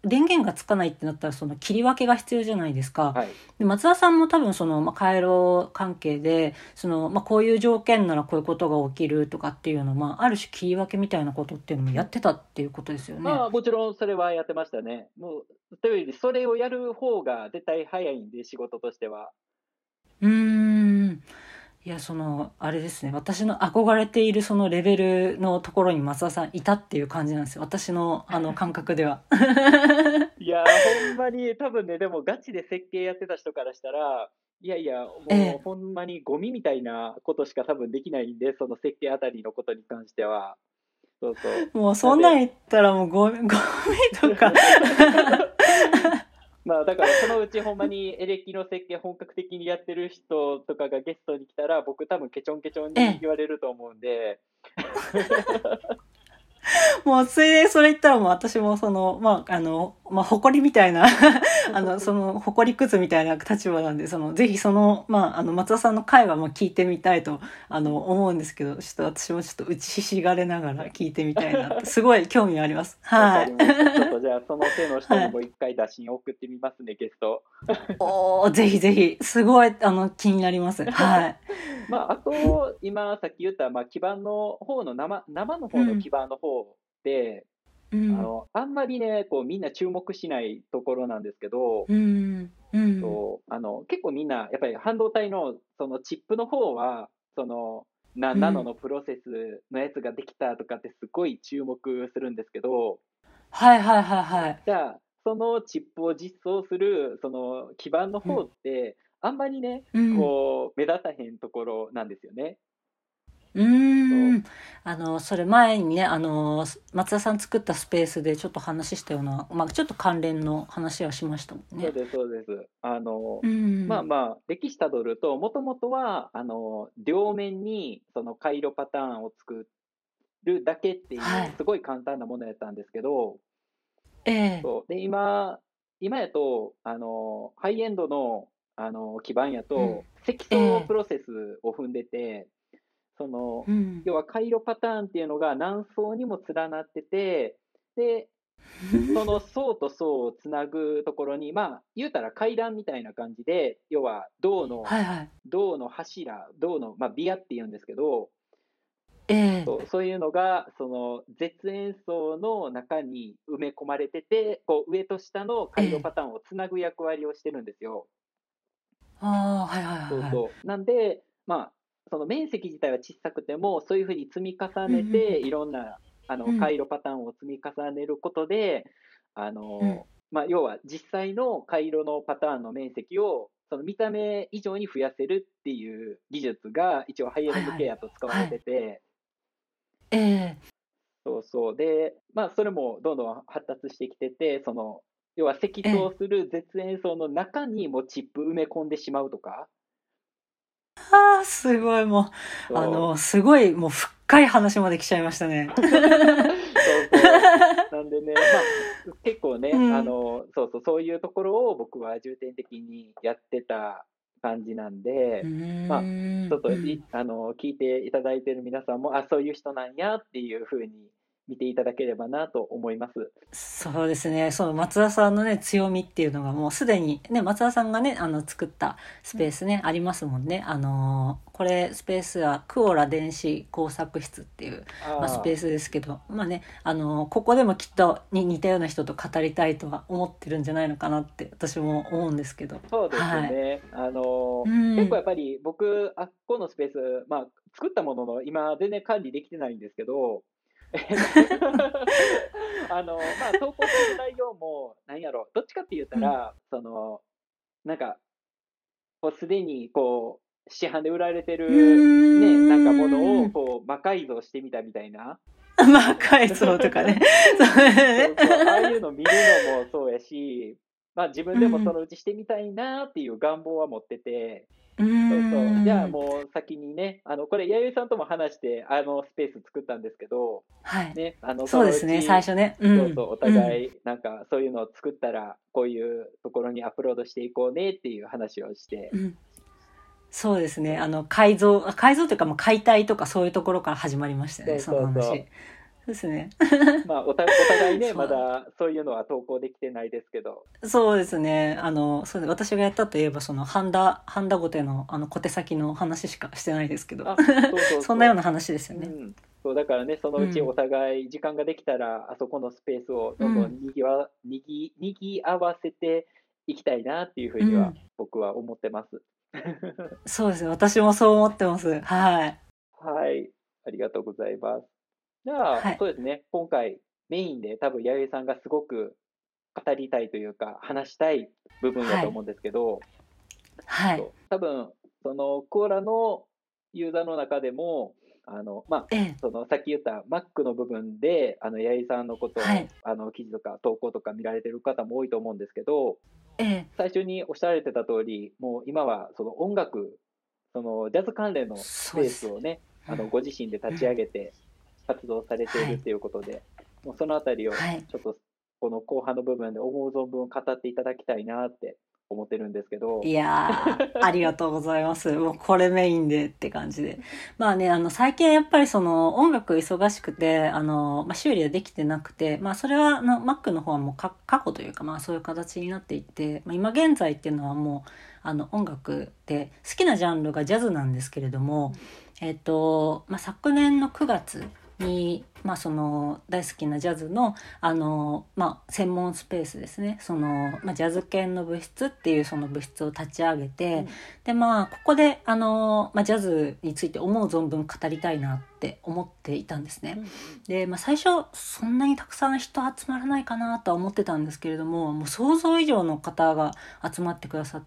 電源がつかないってなったらその切り分けが必要じゃないですか。 はい。 で松田さんも多分その、まあ、回路関係でその、まあ、こういう条件ならこういうことが起きるとかっていうのを、まあ、ある種切り分けみたいなことっていうのもやってたっていうことですよね。 まあ、もちろんそれはやってましたね。もう、というより、それをやる方が絶対早いんで、仕事としては。 うーん。いや、その、あれですね。私の憧れているそのレベルのところに松田さんいたっていう感じなんですよ。私のあの感覚では。 いやー、ほんまに、多分ね、でもガチで設計やってた人からしたら、いやいや、もうええ。 ほんまにゴミみたいなことしか多分できないんで、その設計あたりのことに関しては。そうそう。 もうそんなんなんで、 言ったらもうゴミ、ゴミとか。 まあだからそのうちほんまにエレキの設計本格的にやってる人とかがゲストに来たら、僕多分ケチョンケチョンええ。 に言われると思うんで、 もうついでそれ言ったらもう私もその、まあ、あの、まあ、誇りみたいな、あの、その、誇りくずみたいな立場なんで、その、ぜひその、まあ、あの、松田さんの会話も聞いてみたいと、あの、思うんですけど、ちょっと私もちょっと打ちひしがれながら聞いてみたいなって、すごい興味あります。 わはい。 かりました。ちょっとじゃあその手の人はい。 にも一回打診送ってみますね、ゲスト。 おー、ぜひぜひ、すごい、あの、気になります。はい。 まあ、あと、今さっき言った、まあ、基盤の方の生、生のうん、 方の基盤の方で、 うん、 あの、あんまりね、こうみんな注目しないところなんですけど、 うん、うん、 そうあの結構みんな、やっぱり半導体のそのチップの方は、その何ナノうん。 のプロセスのやつができたとかってすごい注目するんですけど、 はいはいはいはい。 じゃあ、そのチップを実装するその基盤のうん、 方って、あんまりね、 うん。 こう目立たへんところなんですよね。 うそうーん。あの、それ前にね、あの、松田さん作ったスペースでちょっと話したような、まあ、ちょっと関連の話はしましたもんね。 そうです、そうです。あの、 うん。 まあまあ、歴史たどると、もともとは、あの、両面にその回路パターンを作るだけっていう、 はい。 すごい簡単なものやったんですけど、 ええ。 そう。で、今、今やと、あの、ハイエンドの、あの、基盤やうん。 と、積ええ。 層プロセスを踏んでて、その、 うん。 要は回路パターンっていうのが何層にも連なってて、で、その層と層をつなぐところに、まあ、言うたら階段みたいな感じで、要は銅の、 はいはい。 銅の柱、銅の、まあ、ビアって言うんですけど、 ええ。 そうそういうのが、その絶縁層の中に埋め込まれてて、こう上と下の回路ええ。 パターンをつなぐ役割をしてるんですよ。 ああ、はいはいそうはいはい。 そう。なんで、まあ、その面積自体は小さくても、そういうふうに積み重うんうねて、 んいろんなあのうん。うん。 回路パターンを積み重ねることで、あうん。 の、まあ、要は実際の回路のパターンの面積を、その見た目以上に増やせるっていう技術が一応ハイエンド向けはいはい。 やと使われはい。 てて、 ええ。 そうそう。で、まあ、それもどんどん発達してきてて、その、要は積ええ。 層する絶縁層の中にもチップ埋め込んでしまうとか、 ああ、すごいもう、あそう。 の、すごいもう深い話まで来ちゃいましたね。 そうそう。なんでね、まあ、結構ね、あうん。 の、そうそう、そういうところを僕は重点的にやってた感じなんうーで、まあ、ちょっん。 とい、 うん。 あの、聞いていただいている皆さんも、あ、そういう人なんやっていうふうに見ていただければなと思います。 そうですね。その松田さんのね、強みっていうのがもうすでにね、松田さんがね、あの、作ったスペースね、ありますもんね。あのーこれ、スペースは、クオラ電子工作室っていう、まあ、スペーああ、 スですけど、まあね、あのーここでもきっとに似たような人と語りたいとは思ってるんじゃないのかなって、私も思うんですけど。 そうですはい。 ね。あの、 うん。 結構やっぱり僕、あっこのスペース、まあ、作ったものの、今全然管理できてないんですけど、えっとあの、まあ、投稿してる内容も、なんやろ、どっちかって言ったうん。 ら、その、なんか、こうすでに、こう、市販で売られてうる、ね、なんかものを、 ーん。 こう、魔改造してみたみたいな。 魔改造とかね。そうね。 そうそう、ああいうの見るのもそうやし、まあ、自分でもそうん。 のうちしてみたいなっていう願望は持ってて、 うーそうそう。じゃあん。 もう先にね、あの、これ、弥生さんとも話して、あの、スペース作ったんですけど、 はい。 ね、あの、そのそうですね、最うち、 初ね。うん。 そうそう、おうん。 互い、なんか、そういうのを作ったら、こういうところにアップロードしていこうねっていう話をして、 うん。そうですね。 そうあの、改造、あ改造というかもう解体とかそういうところから始まりましたよね、 そうその話。 そうそう。 ですね。 まあ、おた、お互いね、 そうまだそういうのは投稿できてないですけど。 そうですね。あの、そうで、私がやったといえば、その、ハンダ、ハンダゴテの、あの、小手先の話しかしてないですけど。 あ、そうそうそそんなような話ですう。 よね。 うん。そう、だからね、そのうちおうん。 互い時間ができたら、あそこのスペースをどんどんうん。 にぎわ、にぎ、にぎ合わせていきたいなっていうふうにはうん。 僕は思ってます。 そうですね。私もそう思ってます。はい。 はい。ありがとうございます。じゃあ、 はい。 そうですね。今回メインで多分弥生さんがすごく語りたいというか、話したい部分やはい。 と思うんですけど、 はい。 そう、多分、そのコーラのユーザーの中でも、あの、まあ、 ええ。 そのさっき言った Mac の部分で、あの、八重さんのことを、 はい。 あの、記事とか投稿とか見られてる方も多いと思うんですけど、 ええ。 最初におっしゃられてた通り、もう今はその音楽、そのジャズ関連のスペースそうです。 をね、 うん。 あの、ご自身で立ちうん。 上げて活動されていはい。 るっていうことで、もうそのあたりをはい。 ちょっとこの後半の部分で思う存分語っていただきたいなって思ってるんですけど、 いやー、ありがとうございます。もうこれメインでって感じで。まあね、あの、最近やっぱりその音楽忙しくて、あの、まあ、修理はできてなくて、まあそれはあの Mac の方はもうか過去というか、まあそういう形になっていて、まあ、今現在っていうのはもう、あの音楽で好きなジャンルがジャズなんですけれども、えっと、まあ昨年のくがつに、まあその大好きなジャズのあの、まあ、専門スペースですね。その、まあ、ジャズ犬の部室っていうその部室を立ち上げて、 うん、 で、まあ、ここで、あの、まあ、ジャズについて思う存分語りたいなって思っていたんですね。 うん、 で、まあ、最初、そんなにたくさん人集まらないかなとは思ってたんですけれども、もう想像以上の方が集まってくださって、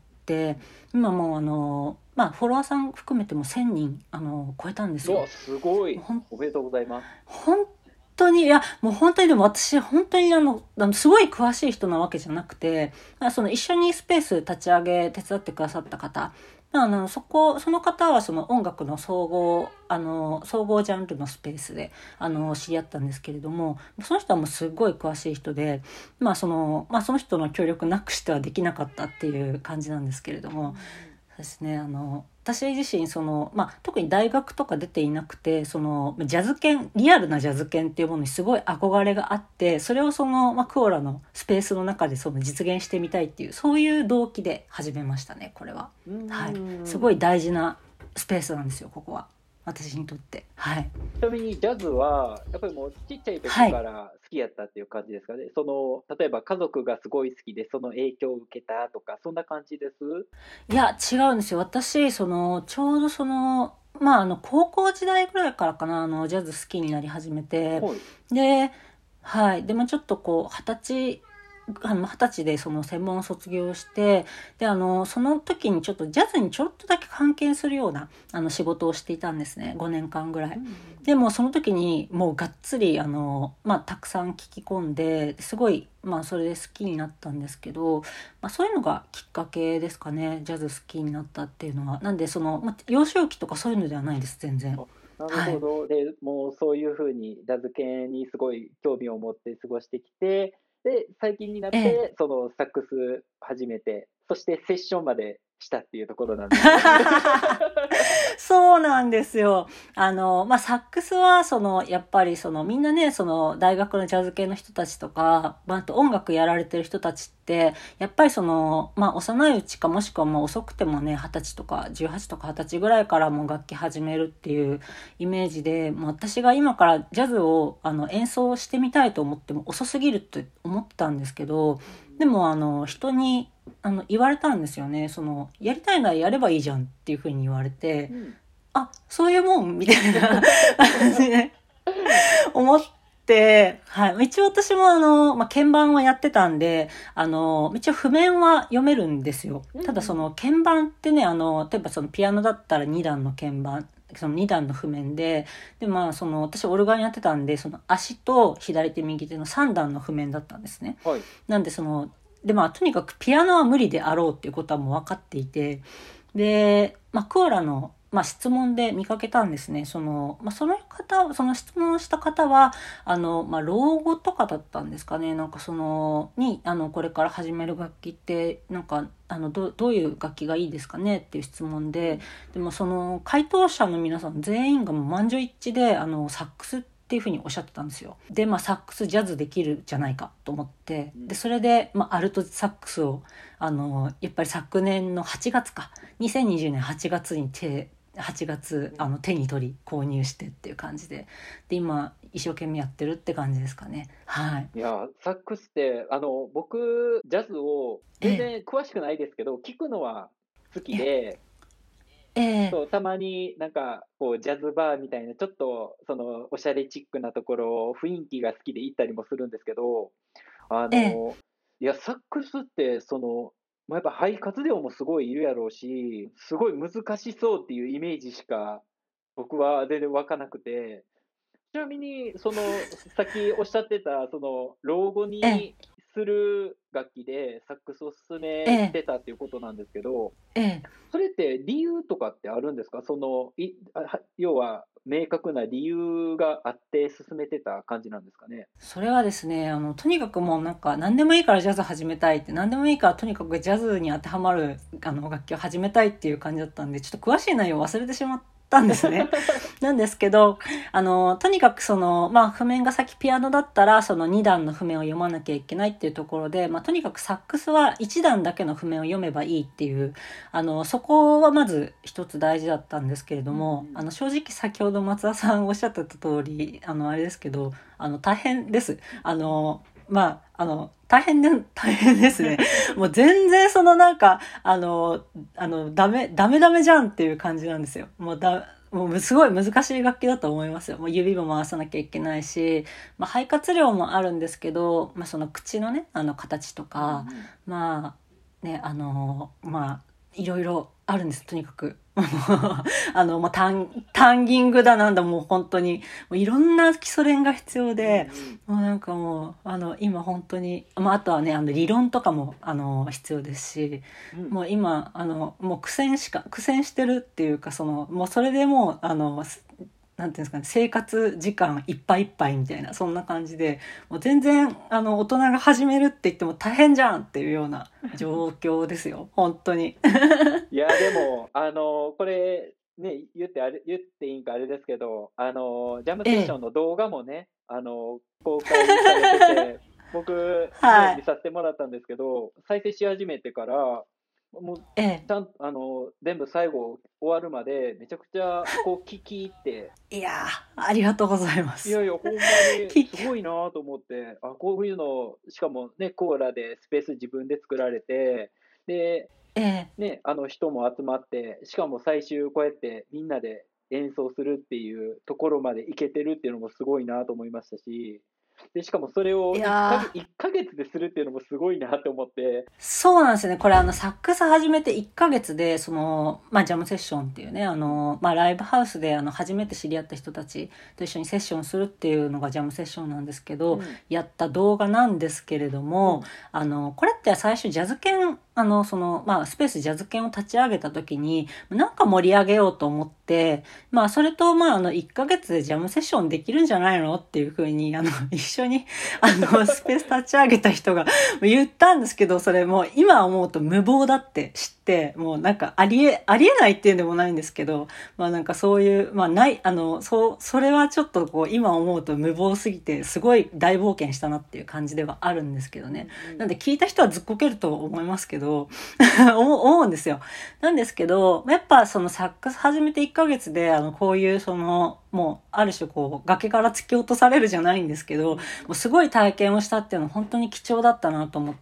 今もう、あの、まあ、フォロワーさん含めてもせんにん、あの、超えたんですよ。 うわ、すごい。 ほんおめでとうございます。 本当に、いや、もう本当にでも私、本当にあの、あのすごい詳しい人なわけじゃなくて、まあその一緒にスペース立ち上げ手伝ってくださった方、まああの、そこ、その方はその音楽の総合、あの、総合ジャンルのスペースで、あの、知り合ったんですけれども、その人はもうすごい詳しい人で、まあその、まあその人の協力なくしてはできなかったっていう感じなんですけれども、そうですね。あの、私自身、その、まあ、特に大学とか出ていなくて、その、ジャズ犬、リアルなジャズ犬っていうものにすごい憧れがあって、それをその、まあ、クオラのスペースの中でその実現してみたいっていう、そういう動機で始めましたね、これは。 うーはい。すごん。 い大事なスペースなんですよ、ここは。私にとって。はい。 ちなみにジャズは、やっぱりもうちっちゃい時はい。 から好きやったっていう感じですかね。その、例えば家族がすごい好きで、その影響を受けたとか、そんな感じです？ いや、違うんですよ。私、その、ちょうどその、まあ、あの、高校時代ぐらいからかな、あの、ジャズ好きになり始めて、 はい。 で、はい。でもちょっとこう、二十歳、あの、二十歳でその専門を卒業して、で、あの、その時にちょっとジャズにちょっとだけ関係するような、あの、仕事をしていたんですね。ごねんかんぐらい。 うん、 でもその時にもうがっつり、あの、まあ、たくさん聞き込んで、すごい、まあ、それで好きになったんですけど、まあ、そういうのがきっかけですかね。ジャズ好きになったっていうのは。なんで、その、まあ、幼少期とかそういうのではないです、全然。 あ、なるはい。 ほど。で、もうそういうふうにジャズ系にすごい興味を持って過ごしてきて、で、最近になっええ。 て、そのサックス始めて、そしてセッションまでしたっていうところなんですね。 そうなんですよ。あの、まあ、サックスは、その、やっぱり、その、みんなね、その、大学のジャズ系の人たちとか、まあ、あと音楽やられてる人たちって、やっぱりその、まあ、幼いうちか、もしくはもう遅くてもね、はたちとか、じゅうはちとかはたちぐらいからもう楽器始めるっていうイメージで、もう私が今からジャズを、あの、演奏してみたいと思っても遅すぎるって思ってたんですけど、でも、あの、人に、あの、言われたんですよね。その、やりたいならやればいいじゃんっていうふうに言われて、 うん。 あ、そういうもんみたいな感じで思って、はい。一応私もあの、まあ、鍵盤はやってたんで、あの、一応譜面は読めるんですよ。 うんうん。 ただその鍵盤ってね、あの、例えばそのピアノだったらにだんの鍵盤、そのにだんの譜面で、で、まあその、私オルガンやってたんで、その足と左手右手のさんだんの譜面だったんですね。 はい。 なんでその、でまあとにかくピアノは無理であろうっていうことはもう分かっていて、で、まあ、クオラの、まあ、質問で見かけたんですね。その、まあ、その方、その質問した方は、あの、まあ、老後とかだったんですかね。なんかその、に、あの、これから始める楽器って、なんか、あの、ど、どういう楽器がいいですかねっていう質問で、 うん。 でもその、回答者の皆さん全員がもう満場一致で、あの、サックスってっていうふうにおっしゃってたんですよ。で、まあ、サックスジャズできるじゃないかと思って、でそれで、まあ、アルトサックスをあのやっぱり昨年のはちがつかにせんにじゅうねんはちがつに手はちがつあの手に取り購入してっていう感じで、で今一生懸命やってるって感じですかね。はい。 いやサックスってあの僕ジャズを全然詳しくないですけど、聞くのは好きで、 ええそうたまになんかこうジャズバーみたいなちょっとそのおしゃれチックなところ雰囲気が好きで行ったりもするんですけど、あええのいやサックスってそのまあやっぱ肺活量もすごいいるやろうし、すごい難しそうっていうイメージしか僕は全然湧かなくて、ちなみにそのさっきおっしゃってたその老後ええにする楽器でサックスを勧ええめてたっていうことなんですけど、 ええそれって理由とかってあるんですか？そのいあは要は明確な理由があって進めてた感じなんですかね？ それはですね、あの、とにかくもうなんか何でもいいからジャズ始めたいって、何でもいいからとにかくジャズに当てはまるあの楽器を始めたいっていう感じだったんで、ちょっと詳しい内容を忘れてしまったんですね。なんですけど、あの、とにかくその、まあ譜面が先ピアノだったら、そのに段の譜面を読まなきゃいけないっていうところで、まあとにかくサックスはいち段だけの譜面を読めばいいっていう、あの、そこはまず一つ大事だったんですけれども、 うんうんあの、正直先ほど松田さんおっしゃってた通り、あの、あれですけど、あの、大変です。あの、まあ、あの、大変で、大変ですね。もう全然そのなんか、あの、あの、ダメ、ダメダメじゃんっていう感じなんですよ。もうだ、もうすごい難しい楽器だと思いますよ。もう指も回さなきゃいけないし、まあ、肺活量もあるんですけど、まあ、その口のね、あの形とか、 うんうんまあ、ね、あの、まあ、いろいろあるんです、とにかく。あの、もうタン、タンギングだなんだ、もう本当に、もういろんな基礎練が必要で、もうなんかもう、あの、今本当に、まあ、あとはね、あの、理論とかも、あの、必要ですし、 うんうんもう今、あの、もう苦戦しか、苦戦してるっていうか、その、もうそれでもう、あの、すなんていうんですかね、生活時間いっぱいいっぱいみたいな、そんな感じで、もう全然、あの、大人が始めるって言っても大変じゃんっていうような状況ですよ、本当に。 いやでもあのこれね言ってあれ言っていいんかあれですけど、あのジャムセッショええ、 ンの動画もねあの公開されてて僕ねはい、 見させてもらったんですけど、再生し始めてからもうええ。 ちゃんあの全部最後終わるまでめちゃくちゃこう聞き入って、 いやー、ありがとうございます。 いやいやほんまにきすごいなと思って、あこういうのしかもねコーラでスペース自分で作られて、でええ。 ね、あの人も集まって、しかも最終こうやってみんなで演奏するっていうところまでいけてるっていうのもすごいなと思いましたし、でしかもそれをい 1ヶ月、 やー、 いっかげつでするっていうのもすごいなと思って、 そうなんですよね。これあの、サックス始めていっかげつで、その、まあ、ジャムセッションっていうね、あの、まあ、ライブハウスであの、初めて知り合った人たちと一緒にセッションするっていうのがジャムセッションなんですけど、 うん、 やった動画なんですけれども、 うん、 あの、これって最初ジャズ犬、あの、その、まあ、スペースジャズ犬を立ち上げた時に、なんか盛り上げようと思って、まあ、それと、まあ、あの、いっかげつでジャムセッションできるんじゃないのっていうふうに、あの、一緒に、あの、スペース立ち上げた人が言ったんですけど、それもう今思うと無謀だって知って、もうなんかありえ、ありえないっていうんでもないんですけど、まあなんかそういう、まあない、あの、そう、それはちょっとこう今思うと無謀すぎて、すごい大冒険したなっていう感じではあるんですけどね。 うん、 なんで聞いた人はずっこけると思いますけど、思う思うんですよ。なんですけど、やっぱそのサックス始めていっかげつで、あの、こういうその、もう、ある種こう、崖から突き落とされるじゃないんですけど、もうすごい体験をしたっていうのは本当に貴重だったなと思って、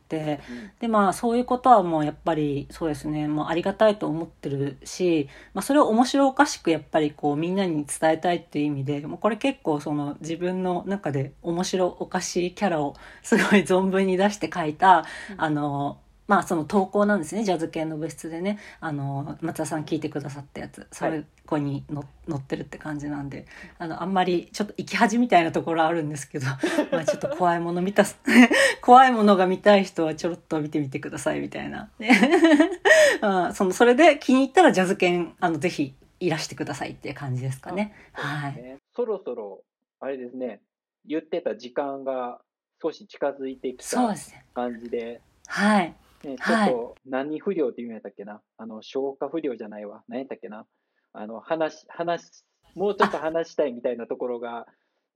うん、 で、まあ、そういうことはもうやっぱり、そうですね、もうありがたいと思ってるし、まあ、それを面白おかしくやっぱりこう、みんなに伝えたいっていう意味で、もうこれ結構その、自分の中で面白おかしいキャラをすごい存分に出して書いた、あの、まあその投稿なんですね。ジャズ系の部室でね。あの、松田さん聞いてくださったやつ。そはい。 れこにの載ってるって感じなんで、あの、あんまりちょっと生き恥みたいなところあるんですけど、まあちょっと怖いもの見た、怖いものが見たい人はちょろっと見てみてくださいみたいな。ねあその、それで気に入ったらジャズ犬、あの、ぜひいらしてくださいっていう感じですかあ、 ね。 そうではい。 すね。そろそろ、あれですね、言ってた時間が少し近づいてきたそうですね。 感じで、 はい。 ね、ちょっはい。 と何不良って言うんやったっけな、あの消化不良じゃないわ、何やったっけな、あの話、話、もうちょっとあ、 話したいみたいなところが、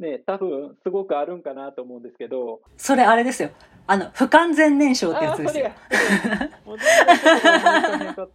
ね、多分すごくあるんかなと思うんですけど、 それあれですよ。あの、不完全燃焼ってやつですよ。 もう全然言葉思いつかへんかった。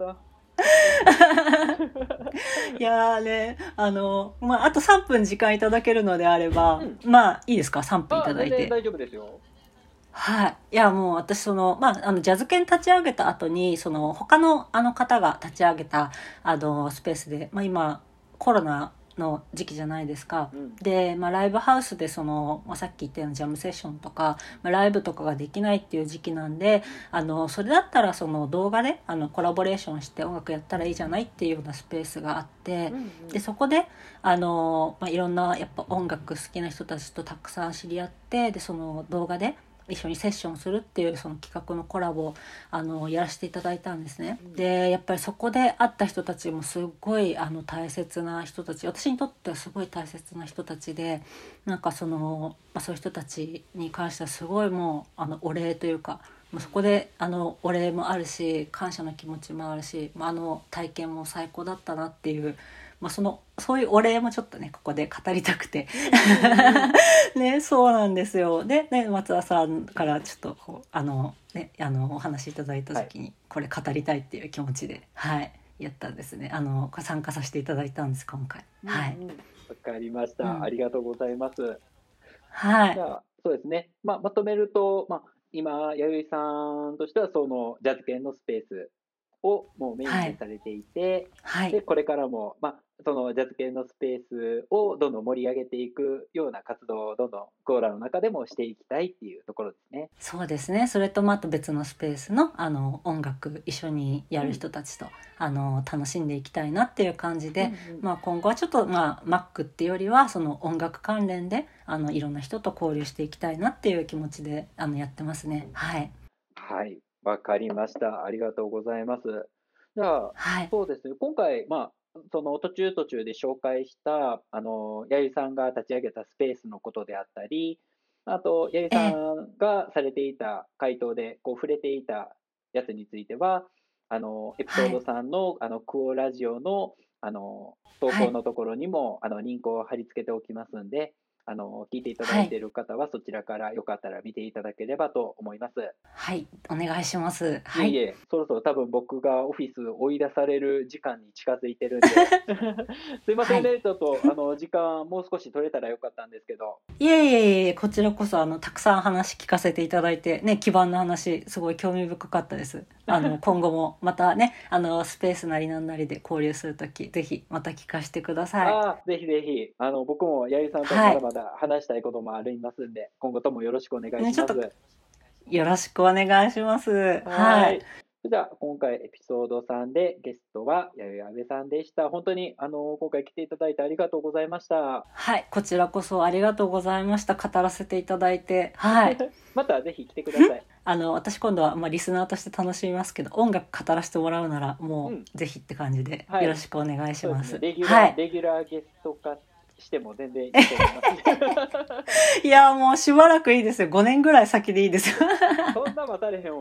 いやーね、あの、まあ、あとさんぷん時間いただけるのであれば、 うん、 まあ、いいですか ?さんぷんいただいて。 全然大丈夫ですよ。 はい。いや、もう私、その、まあ、あの、ジャズ犬立ち上げた後に、その、他のあの方が立ち上げた、あの、スペースで、まあ、今、コロナの時期じゃないですか。 うん、 で、まあ、ライブハウスで、その、まあ、さっき言ったようなジャムセッションとか、まあ、ライブとかができないっていう時期なんで、あの、それだったら、その、動画で、あの、コラボレーションして音楽やったらいいじゃないっていうようなスペースがあって、 うんうん、 で、そこで、あの、まあ、いろんな、やっぱ音楽好きな人たちとたくさん知り合って、で、その動画で、一緒にセッションするっていうその企画のコラボをあのやらせていただいたんですね。でやっぱりそこで会った人たちもすごいあの大切な人たち、私にとってはすごい大切な人たちで、なんかその、まあ、そういう人たちに関してはすごいもうあのお礼というか、もうそこであのお礼もあるし感謝の気持ちもあるし、まあ、あの体験も最高だったなっていう、まあ、そのそういうお礼もちょっとねここで語りたくてね、そうなんですよ。で、ね、松田さんからちょっとこうあの、ね、あのお話いただいた時にこれ語りたいっていう気持ちで、はい、やったんですね。あの参加させていただいたんです今回。はい。 わ、うん、かりました、 うん、 ありがとうございます。 はい。 じゃあそうですね、まあ、まとめると、まあ、今弥生さんとしてはそのジャズ系のスペースをもうメインにされていて、 はい、 でこれからも、まあ、そのジャズ系のスペースをどんどん盛り上げていくような活動をどんどんクオラの中でもしていきたいっていうところですね。 そうですね。それとまた別のスペースのあの音楽一緒にやる人たちと、うん、あの楽しんでいきたいなっていう感じで、うんうん、まあ、今後はちょっと、まあ、Mac っていうよりはその音楽関連であのいろんな人と交流していきたいなっていう気持ちであのやってますね。はい。 はい、わかりました。ありがとうございます。じゃあ、はい、そうですね。今回、まあ、その途中途中で紹介したあの弥生さんが立ち上げたスペースのことであったり、あと弥生さんがされていた回答でこう触れていたやつについては、あのエピソードさんの、はい、あのクオラジオのあの投稿のところにも、はい、あのリンクを貼り付けておきますんで、あの聞いていただいている方はそちらからよかったら見ていただければと思います。 はい、お願いします。はい。 いえいえ、そろそろ多分僕がオフィス追い出される時間に近づいてるんで、すいませんね、はい、ちょっとあの時間もう少し取れたらよかったんですけど。 いえいえいえ、こちらこそあのたくさん話聞かせていただいてね、基盤の話すごい興味深かったです。あの今後もまたね、あのスペースなりなんなりで交流するときぜひまた聞かせてください。 あ、ぜひぜひ、あの僕も弥生さんとまだまだ話したいこともありますんで、はい、今後ともよろしくお願いします。ね、 よろしくお願いします。はい。はい、 それでは今回エピソードさんでゲストは弥生阿部さんでした。本当にあの今回来ていただいてありがとうございました。 はい、こちらこそありがとうございました。語らせていただいて、はい。 またぜひ来てください。 あの私今度はまあリスナーとして楽しみますけど、音楽語らせてもらうならもう、うん、ぜひって感じでよろしくお願いします。 はい、レギュラー、はい、レギュラーゲスト化しても全然いいと思います。 いやもうしばらくいいですよ。ごねんぐらい先でいいですよ。 そんな待たれへんわ。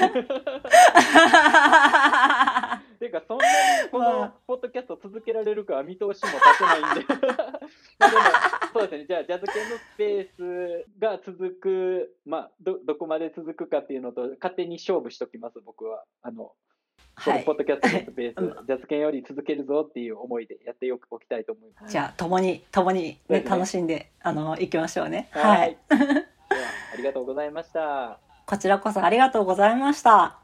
ていうかそんなにこのポッドキャスト続けられるかは見通しも立てないんで。まあでもそうですね。じゃあジャズ系のスペースが続く、まあ ど, どこまで続くかっていうのと勝手に勝負しときます。僕はあの。はい、ポッドキャストのスペース、ジャズ犬より続けるぞっていう思いでやっておきたいと思います。 じゃあ共に共に、ねね、楽しんであの行きましょうね。 はい。はい、ではありがとうございました。 こちらこそありがとうございました。